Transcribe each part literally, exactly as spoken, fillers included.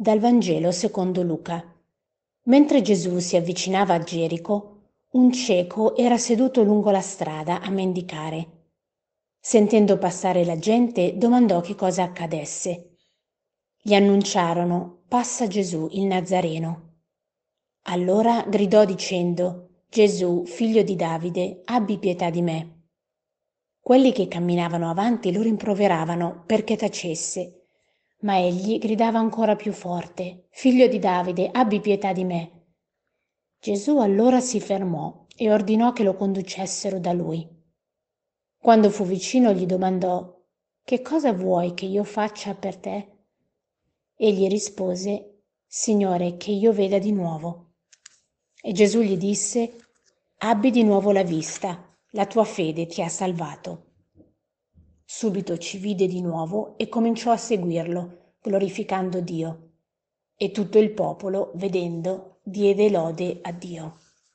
Dal Vangelo secondo Luca. Mentre Gesù si avvicinava a Gerico, un cieco era seduto lungo la strada a mendicare. Sentendo passare la gente, domandò che cosa accadesse. Gli annunciarono: «Passa Gesù, il Nazareno». Allora gridò dicendo: «Gesù, figlio di Davide, abbi pietà di me». Quelli che camminavano avanti lo rimproveravano perché tacesse. Ma egli gridava ancora più forte: «Figlio di Davide, abbi pietà di me». Gesù allora si fermò e ordinò che lo conducessero da lui. Quando fu vicino gli domandò: «Che cosa vuoi che io faccia per te?» Egli rispose: «Signore, che io veda di nuovo». E Gesù gli disse: «Abbi di nuovo la vista, la tua fede ti ha salvato». Subito ci vide di nuovo e cominciò a seguirlo, glorificando Dio. E tutto il popolo, vedendo, diede lode a Dio.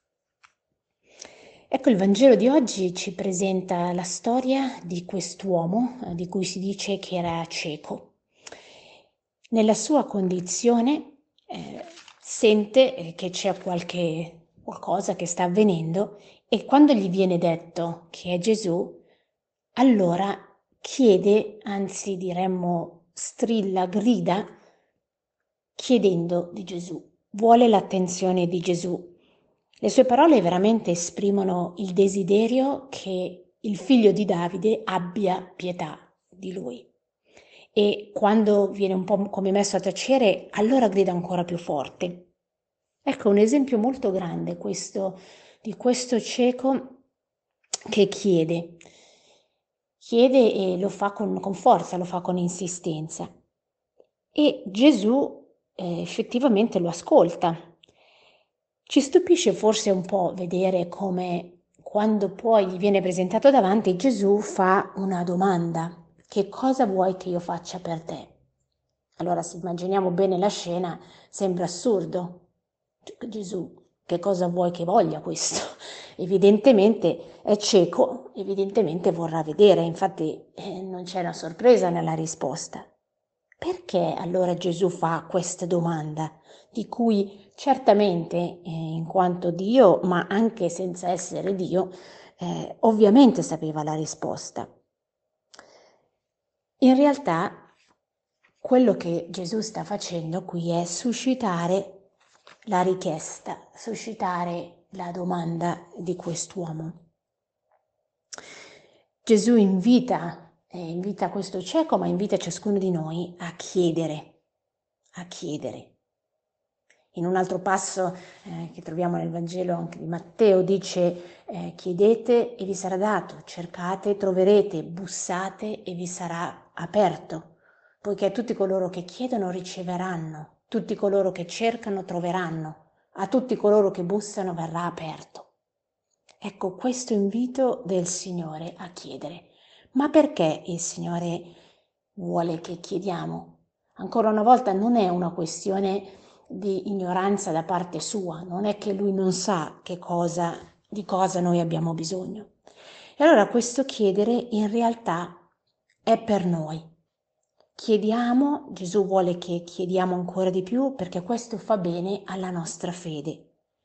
Ecco, il Vangelo di oggi ci presenta la storia di quest'uomo, eh, di cui si dice che era cieco. Nella sua condizione eh, sente eh, che c'è qualche, qualcosa che sta avvenendo, e quando gli viene detto che è Gesù, allora chiede, anzi diremmo strilla, grida, chiedendo di Gesù, vuole l'attenzione di Gesù. Le sue parole veramente esprimono il desiderio che il figlio di Davide abbia pietà di lui. E quando viene un po' come messo a tacere, allora grida ancora più forte. Ecco un esempio molto grande questo di questo cieco che chiede. Chiede e lo fa con, con forza, lo fa con insistenza. E Gesù eh, effettivamente lo ascolta. Ci stupisce forse un po' vedere come quando poi gli viene presentato davanti, Gesù fa una domanda: «Che cosa vuoi che io faccia per te?» Allora, se immaginiamo bene la scena, sembra assurdo. Gesù, che cosa vuoi che voglia questo? Evidentemente è cieco, evidentemente vorrà vedere, infatti eh, non c'è una sorpresa nella risposta. Perché allora Gesù fa questa domanda, di cui certamente, eh, in quanto Dio, ma anche senza essere Dio, eh, ovviamente sapeva la risposta? In realtà, quello che Gesù sta facendo qui è suscitare la richiesta, suscitare la domanda di quest'uomo. Gesù invita, eh, invita questo cieco, ma invita ciascuno di noi a chiedere, a chiedere. In un altro passo eh, che troviamo nel Vangelo anche di Matteo dice eh, chiedete e vi sarà dato, cercate e troverete, bussate e vi sarà aperto, poiché tutti coloro che chiedono riceveranno, tutti coloro che cercano troveranno, a tutti coloro che bussano verrà aperto. Ecco questo invito del Signore a chiedere. Ma perché il Signore vuole che chiediamo? Ancora una volta non è una questione di ignoranza da parte sua, non è che lui non sa che cosa, di cosa noi abbiamo bisogno. E allora questo chiedere in realtà è per noi. Chiediamo, Gesù vuole che chiediamo ancora di più perché questo fa bene alla nostra fede.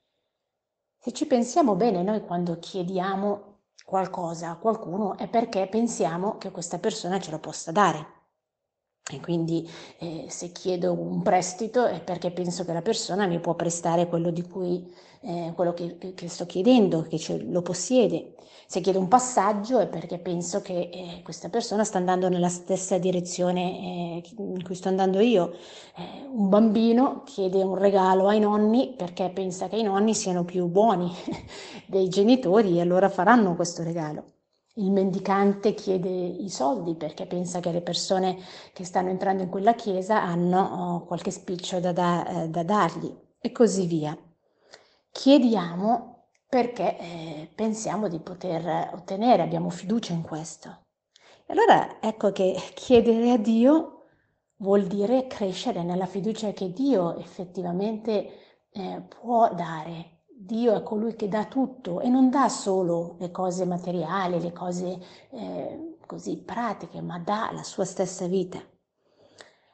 Se ci pensiamo bene, noi quando chiediamo qualcosa a qualcuno è perché pensiamo che questa persona ce lo possa dare. E quindi eh, se chiedo un prestito è perché penso che la persona mi può prestare quello di cui eh, quello che, che sto chiedendo, che ce, lo possiede. Se chiedo un passaggio è perché penso che eh, questa persona sta andando nella stessa direzione eh, in cui sto andando io. Eh, un bambino chiede un regalo ai nonni perché pensa che i nonni siano più buoni dei genitori e allora faranno questo regalo. Il mendicante chiede i soldi perché pensa che le persone che stanno entrando in quella chiesa hanno oh, qualche spiccio da, da, eh, da dargli e così via. Chiediamo perché eh, pensiamo di poter ottenere, abbiamo fiducia in questo. E allora ecco che chiedere a Dio vuol dire crescere nella fiducia che Dio effettivamente eh, può dare. Dio è colui che dà tutto e non dà solo le cose materiali, le cose eh, così pratiche, ma dà la sua stessa vita.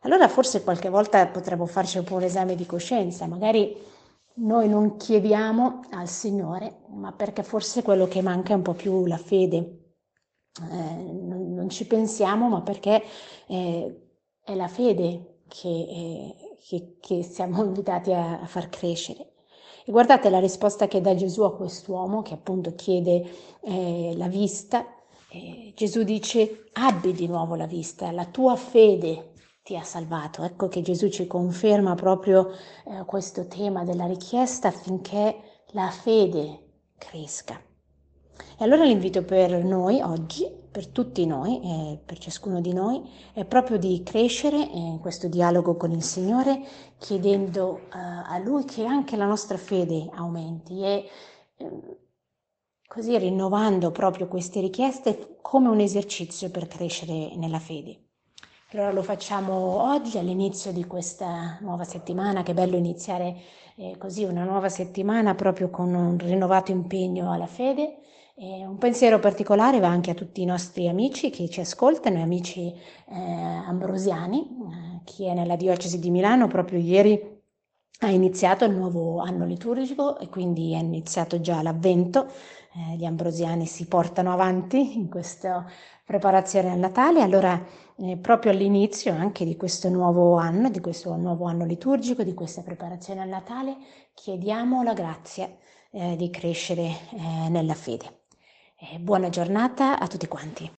allora forse qualche volta potremmo farci un po' un esame di coscienza, magari noi non chiediamo al Signore, ma perché forse quello che manca è un po' più la fede. Eh, non, non ci pensiamo, ma perché eh, è la fede che, eh, che, che siamo invitati a, a far crescere. E guardate la risposta che dà Gesù a quest'uomo che appunto chiede eh, la vista. Eh, Gesù dice: abbi di nuovo la vista, la tua fede ti ha salvato. Ecco che Gesù ci conferma proprio eh, questo tema della richiesta affinché la fede cresca. E allora l'invito per noi oggi, per tutti noi, eh, per ciascuno di noi, è proprio di crescere in questo dialogo con il Signore, chiedendo eh, a Lui che anche la nostra fede aumenti e eh, così rinnovando proprio queste richieste come un esercizio per crescere nella fede. Allora lo facciamo oggi all'inizio di questa nuova settimana, che bello iniziare eh, così una nuova settimana proprio con un rinnovato impegno alla fede. E un pensiero particolare va anche a tutti i nostri amici che ci ascoltano, amici eh, ambrosiani, eh, chi è nella diocesi di Milano proprio ieri ha iniziato il nuovo anno liturgico e quindi è iniziato già l'Avvento. Eh, gli ambrosiani si portano avanti in questa preparazione al Natale, allora eh, proprio all'inizio anche di questo nuovo anno, di questo nuovo anno liturgico, di questa preparazione al Natale, chiediamo la grazia eh, di crescere eh, nella fede. Eh, buona giornata a tutti quanti.